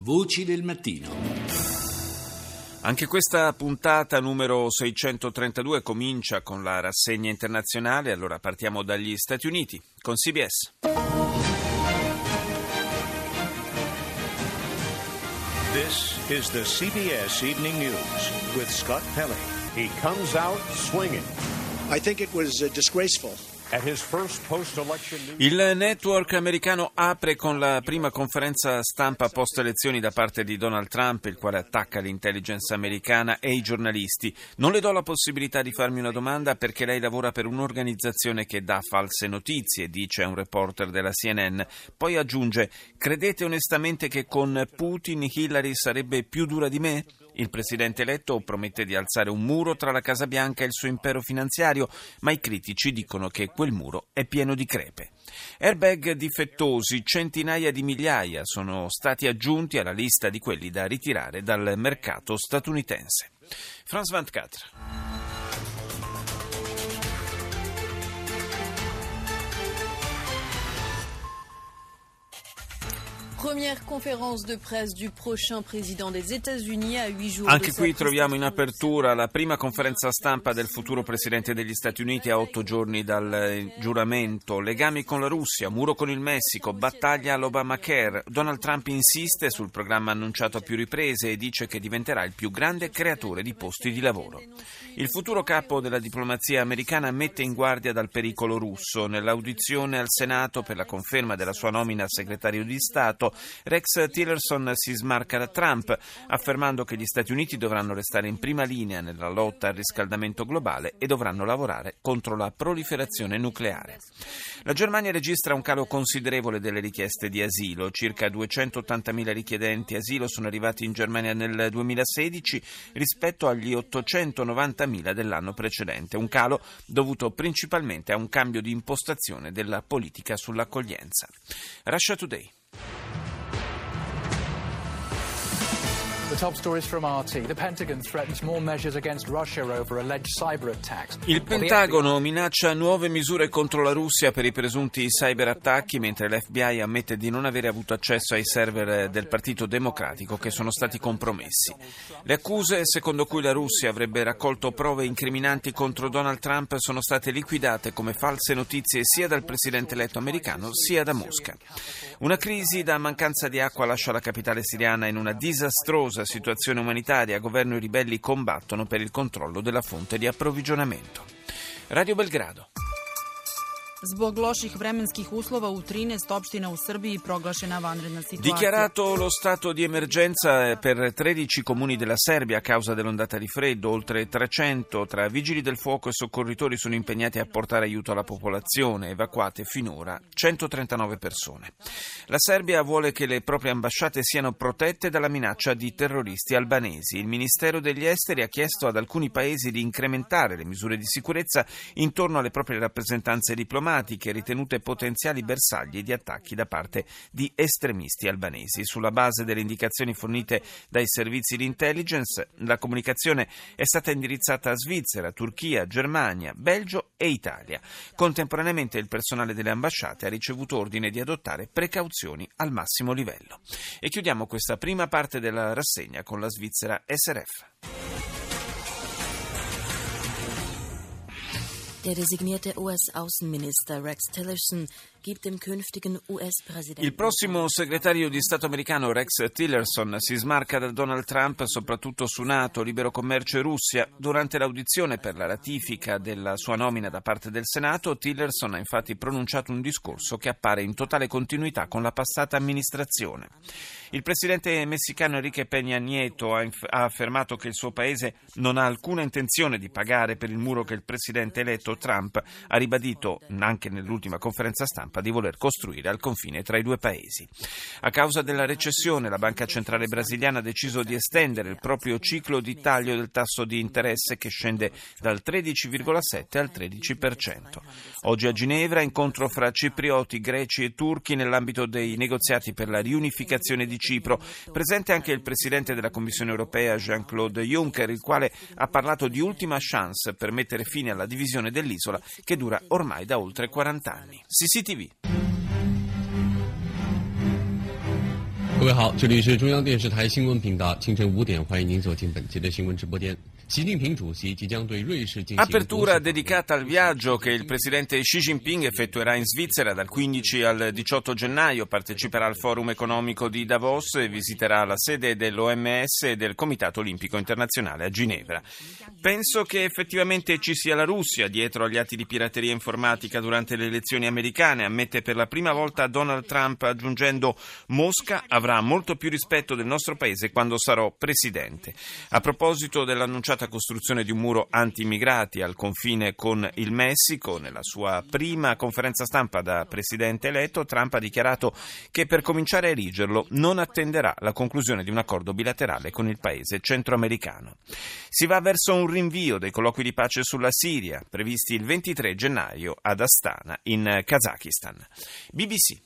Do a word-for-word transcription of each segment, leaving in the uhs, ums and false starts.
Voci del mattino. Anche questa puntata numero seicentotrentadue comincia con la rassegna internazionale. Allora partiamo dagli Stati Uniti con C B S. This is the C B S Evening News with Scott Pelley. He comes out swinging. I think it was uh, disgraceful. At his first post-election news... Il network americano apre con la prima conferenza stampa post-elezioni da parte di Donald Trump, il quale attacca l'intelligence americana e i giornalisti. Non le do la possibilità di farmi una domanda perché lei lavora per un'organizzazione che dà false notizie, dice un reporter della C N N. Poi aggiunge: credete onestamente che con Putin Hillary sarebbe più dura di me? Il presidente eletto promette di alzare un muro tra la Casa Bianca e il suo impero finanziario, ma i critici dicono che quel muro è pieno di crepe. Airbag difettosi, centinaia di migliaia sono stati aggiunti alla lista di quelli da ritirare dal mercato statunitense. France ventiquattro. Première conférence de presse du prochain président des États-Unis a huit jours. Anche qui troviamo in apertura la prima conferenza stampa del futuro presidente degli Stati Uniti a otto giorni dal giuramento. Legami con la Russia, muro con il Messico, battaglia all'Obamacare. Donald Trump insiste sul programma annunciato a più riprese e dice che diventerà il più grande creatore di posti di lavoro. Il futuro capo della diplomazia americana mette in guardia dal pericolo russo. Nell'audizione al Senato per la conferma della sua nomina a segretario di Stato, Rex Tillerson si smarca da Trump, affermando che gli Stati Uniti dovranno restare in prima linea nella lotta al riscaldamento globale e dovranno lavorare contro la proliferazione nucleare. La Germania registra un calo considerevole delle richieste di asilo. Circa duecentottantamila richiedenti asilo sono arrivati in Germania nel duemilasedici rispetto agli ottocentonovantamila dell'anno precedente. Un calo dovuto principalmente a un cambio di impostazione della politica sull'accoglienza. Russia Today. The top stories from R T. The Pentagon threatens more measures against Russia over alleged cyber attacks. Il Pentagono minaccia nuove misure contro la Russia per i presunti cyberattacchi, mentre l'F B I ammette di non avere avuto accesso ai server del Partito Democratico che sono stati compromessi. Le accuse secondo cui la Russia avrebbe raccolto prove incriminanti contro Donald Trump sono state liquidate come false notizie sia dal presidente eletto americano sia da Mosca. Una crisi da mancanza di acqua lascia la capitale siriana in una disastrosa situazione umanitaria. Governo e ribelli combattono per il controllo della fonte di approvvigionamento. Radio Belgrado. Zbog loših vremenskih uslova u trinaest opština u Srbiji proglašena vanredna situacija. Dichiarato lo stato di emergenza per tredici comuni della Serbia a causa dell'ondata di freddo. Oltre trecento tra vigili del fuoco e soccorritori sono impegnati a portare aiuto alla popolazione. Evacuate finora centotrentanove persone. La Serbia vuole che le proprie ambasciate siano protette dalla minaccia di terroristi albanesi. Il Ministero degli Esteri ha chiesto ad alcuni paesi di incrementare le misure di sicurezza intorno alle proprie rappresentanze diplomatiche, ritenute potenziali bersagli di attacchi da parte di estremisti albanesi. Sulla base delle indicazioni fornite dai servizi di intelligence, la comunicazione è stata indirizzata a Svizzera, Turchia, Germania, Belgio e Italia. Contemporaneamente il personale delle ambasciate ha ricevuto ordine di adottare precauzioni al massimo livello. E chiudiamo questa prima parte della rassegna con la Svizzera S R F. Der designierte U S-Außenminister Rex Tillerson gibt dem künftigen U S-Präsidenten. Il prossimo segretario di Stato americano Rex Tillerson si smarca da Donald Trump soprattutto su NATO, libero commercio e Russia. Durante l'audizione per la ratifica della sua nomina da parte del Senato, Tillerson ha infatti pronunciato un discorso che appare in totale continuità con la passata amministrazione. Il presidente messicano Enrique Peña Nieto ha, inf- ha affermato che il suo paese non ha alcuna intenzione di pagare per il muro che il presidente eletto Trump ha ribadito anche nell'ultima conferenza stampa di voler costruire al confine tra i due paesi. A causa della recessione, la Banca Centrale Brasiliana ha deciso di estendere il proprio ciclo di taglio del tasso di interesse che scende dal tredici virgola sette al tredici per cento. Oggi a Ginevra incontro fra ciprioti, greci e turchi nell'ambito dei negoziati per la riunificazione di Cipro. Presente anche il presidente della Commissione europea Jean-Claude Juncker, il quale ha parlato di ultima chance per mettere fine alla divisione dell'isola che dura ormai da oltre quaranta anni. C C T V. 各位好，这里是中央电视台新闻频道，清晨五点，欢迎您走进本期的新闻直播间。Xi Jinping主席即将对瑞士进行 Apertura dedicata al viaggio che il presidente Xi Jinping effettuerà in Svizzera dal quindici al diciotto gennaio. Parteciperà al forum economico di Davos e visiterà la sede dell'O M S e del Comitato Olimpico Internazionale a Ginevra. Penso che effettivamente ci sia la Russia dietro agli atti di pirateria informatica durante le elezioni americane, ammette per la prima volta Donald Trump, aggiungendo: Mosca avrà molto più rispetto del nostro paese quando sarò presidente. A proposito dell'annunciata costruzione di un muro anti-immigrati al confine con il Messico, nella sua prima conferenza stampa da presidente eletto, Trump ha dichiarato che per cominciare a erigerlo non attenderà la conclusione di un accordo bilaterale con il paese centroamericano. Si va verso un rinvio dei colloqui di pace sulla Siria, previsti il ventitré gennaio ad Astana, in Kazakistan. B B C.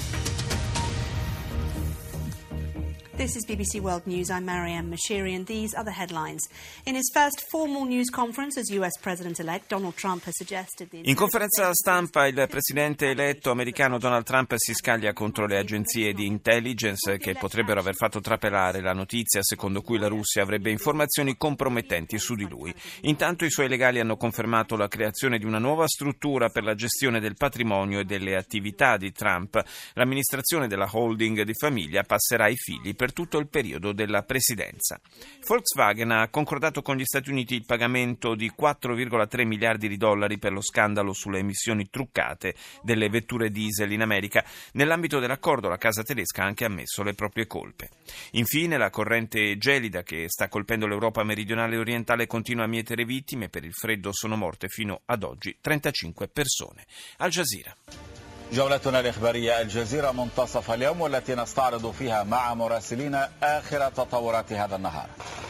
This is B B C World News. I'm Marianne Mashiri, and these are the headlines. In his first formal news conference as U S President-elect, Donald Trump has suggested the... In conferenza stampa il presidente eletto americano Donald Trump si scaglia contro le agenzie di intelligence che potrebbero aver fatto trapelare la notizia secondo cui la Russia avrebbe informazioni compromettenti su di lui. Intanto i suoi legali hanno confermato la creazione di una nuova struttura per la gestione del patrimonio e delle attività di Trump. L'amministrazione della holding di famiglia passerà ai figli per tutto il periodo della presidenza. Volkswagen ha concordato con gli Stati Uniti il pagamento di quattro virgola tre miliardi di dollari per lo scandalo sulle emissioni truccate delle vetture diesel in America. Nell'ambito dell'accordo la casa tedesca ha anche ammesso le proprie colpe. Infine la corrente gelida che sta colpendo l'Europa meridionale e orientale continua a mietere vittime. Per il freddo sono morte fino ad oggi trentacinque persone. Al Jazeera. جولتنا الإخبارية الجزيرة منتصف اليوم والتي نستعرض فيها مع مراسلين آخر تطورات هذا النهار.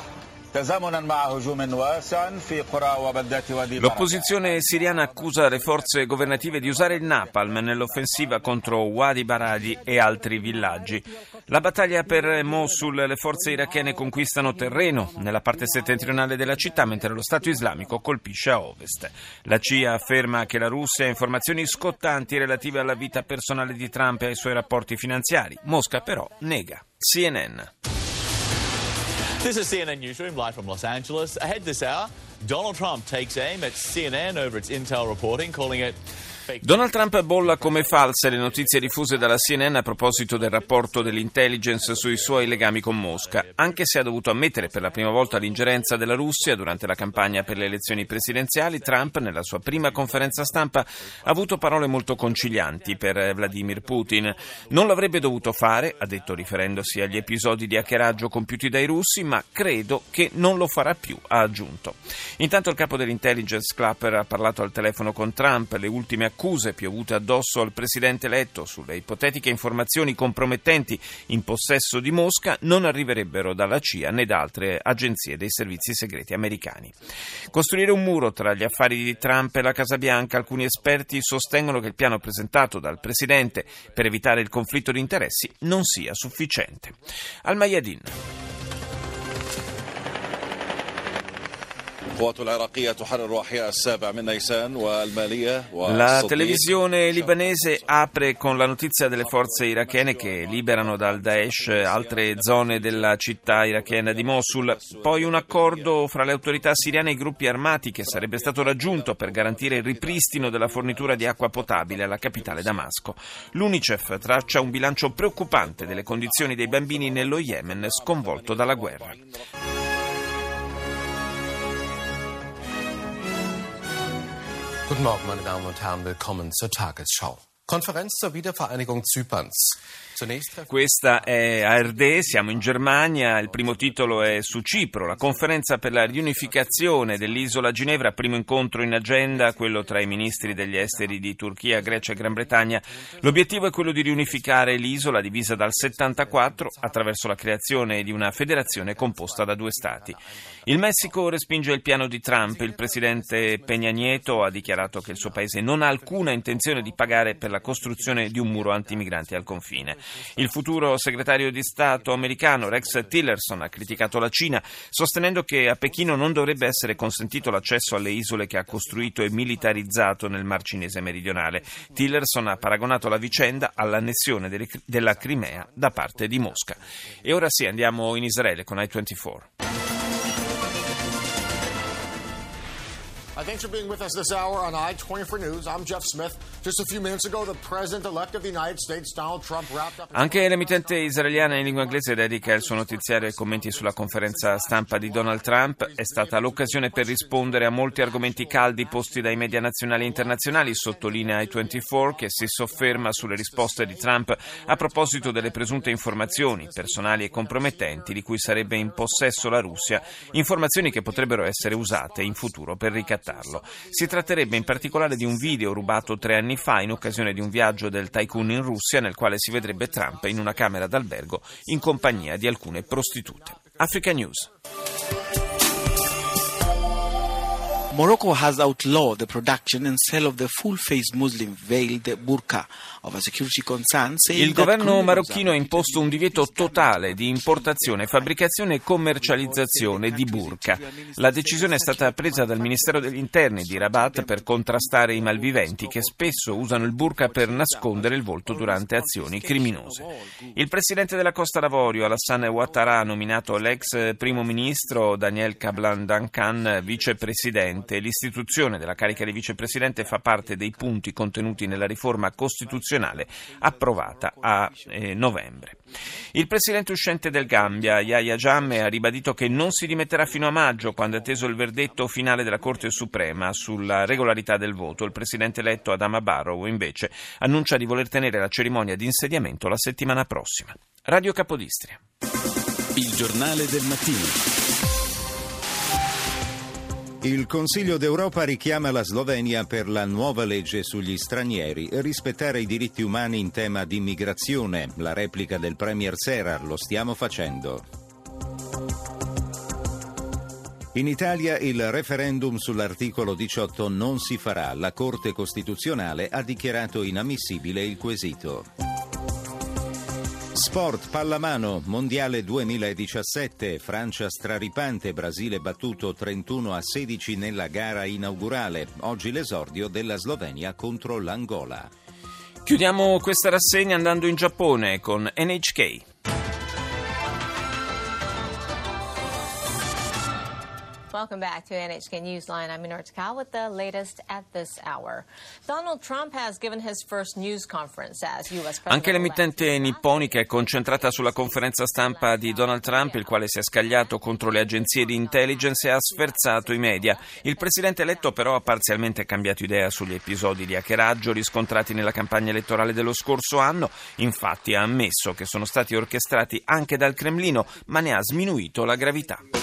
L'opposizione siriana accusa le forze governative di usare il napalm nell'offensiva contro Wadi Baradi e altri villaggi. La battaglia per Mosul, le forze irachene conquistano terreno nella parte settentrionale della città, mentre lo Stato islamico colpisce a ovest. La C I A afferma che la Russia ha informazioni scottanti relative alla vita personale di Trump e ai suoi rapporti finanziari. Mosca però nega. C N N. This is C N N Newsroom, live from Los Angeles. Ahead this hour, Donald Trump takes aim at C N N over its intel reporting, calling it... Donald Trump bolla come false le notizie diffuse dalla C N N a proposito del rapporto dell'intelligence sui suoi legami con Mosca, anche se ha dovuto ammettere per la prima volta l'ingerenza della Russia durante la campagna per le elezioni presidenziali. Trump, nella sua prima conferenza stampa, ha avuto parole molto concilianti per Vladimir Putin. Non l'avrebbe dovuto fare, ha detto riferendosi agli episodi di hackeraggio compiuti dai russi, ma credo che non lo farà più, ha aggiunto. Intanto il capo dell'intelligence Clapper ha parlato al telefono con Trump. Le ultime accuse piovute addosso al presidente eletto sulle ipotetiche informazioni compromettenti in possesso di Mosca non arriverebbero dalla C I A né da altre agenzie dei servizi segreti americani. Costruire un muro tra gli affari di Trump e la Casa Bianca. Alcuni esperti sostengono che il piano presentato dal presidente per evitare il conflitto di interessi non sia sufficiente. Al Mayadin. La televisione libanese apre con la notizia delle forze irachene che liberano dal Daesh altre zone della città irachena di Mosul. Poi un accordo fra le autorità siriane e i gruppi armati che sarebbe stato raggiunto per garantire il ripristino della fornitura di acqua potabile alla capitale Damasco. L'UNICEF traccia un bilancio preoccupante delle condizioni dei bambini nello Yemen sconvolto dalla guerra. Guten Morgen, meine Damen und Herren, willkommen zur Tagesschau. Konferenz zur Wiedervereinigung Zyperns. Questa è A R D, siamo in Germania, il primo titolo è su Cipro, la conferenza per la riunificazione dell'isola Ginevra, primo incontro in agenda, quello tra i ministri degli esteri di Turchia, Grecia e Gran Bretagna. L'obiettivo è quello di riunificare l'isola divisa dal settantaquattro attraverso la creazione di una federazione composta da due stati. Il Messico respinge il piano di Trump, il presidente Peña Nieto ha dichiarato che il suo paese non ha alcuna intenzione di pagare per la costruzione di un muro antimigranti al confine. Il futuro segretario di Stato americano Rex Tillerson ha criticato la Cina, sostenendo che a Pechino non dovrebbe essere consentito l'accesso alle isole che ha costruito e militarizzato nel Mar Cinese meridionale. Tillerson ha paragonato la vicenda all'annessione delle, della Crimea da parte di Mosca. E ora sì, andiamo in Israele con I ventiquattro. Uh, thanks for being with us this hour on I twenty-four News. I'm Jeff Smith. Just a few minutes ago, the President-elect of the United States, Donald Trump, wrapped up... Anche l'emittente israeliana in lingua inglese dedica il suo notiziario ai commenti sulla conferenza stampa di Donald Trump. È stata l'occasione per rispondere a molti argomenti caldi posti dai media nazionali e internazionali, sottolinea I ventiquattro, che si sofferma sulle risposte di Trump a proposito delle presunte informazioni personali e compromettenti di cui sarebbe in possesso la Russia, informazioni che potrebbero essere usate in futuro per ricattare. Si tratterebbe in particolare di un video rubato tre anni fa in occasione di un viaggio del tycoon in Russia, nel quale si vedrebbe Trump in una camera d'albergo in compagnia di alcune prostitute. Africa News. Morocco has outlawed the production and sale of the full-face Muslim veiled burqa of a security concern. Il governo marocchino ha imposto un divieto totale di importazione, fabbricazione e commercializzazione di burqa. La decisione è stata presa dal Ministero degli Interni di Rabat per contrastare i malviventi che spesso usano il burqa per nascondere il volto durante azioni criminose. Il presidente della Costa d'Avorio, Alassane Ouattara, ha nominato l'ex primo ministro Daniel Kablan Duncan vicepresidente. L'istituzione della carica di vicepresidente fa parte dei punti contenuti nella riforma costituzionale approvata a eh, novembre. Il presidente uscente del Gambia, Yahya Jammeh, ha ribadito che non si dimetterà fino a maggio, quando è atteso il verdetto finale della Corte Suprema sulla regolarità del voto. Il presidente eletto Adama Barrow, invece, annuncia di voler tenere la cerimonia di insediamento la settimana prossima. Radio Capodistria. Il giornale del mattino. Il Consiglio d'Europa richiama la Slovenia per la nuova legge sugli stranieri e rispettare i diritti umani in tema di immigrazione. La replica del Premier Cerar: lo stiamo facendo. In Italia il referendum sull'articolo diciotto non si farà. La Corte Costituzionale ha dichiarato inammissibile il quesito. Sport, pallamano, mondiale duemiladiciassette, Francia straripante, Brasile battuto trentuno a sedici nella gara inaugurale. Oggi l'esordio della Slovenia contro l'Angola. Chiudiamo questa rassegna andando in Giappone con N H K. Welcome back to N H K Newsline. I'm Minor Takal with the latest at this hour. Donald Trump has given his first news conference as U S President. Anche l'emittente nipponica è concentrata sulla conferenza stampa di Donald Trump, il quale si è scagliato contro le agenzie di intelligence e ha sferzato i media. Il presidente eletto però ha parzialmente cambiato idea sugli episodi di hackeraggio riscontrati nella campagna elettorale dello scorso anno. Infatti ha ammesso che sono stati orchestrati anche dal Cremlino, ma ne ha sminuito la gravità.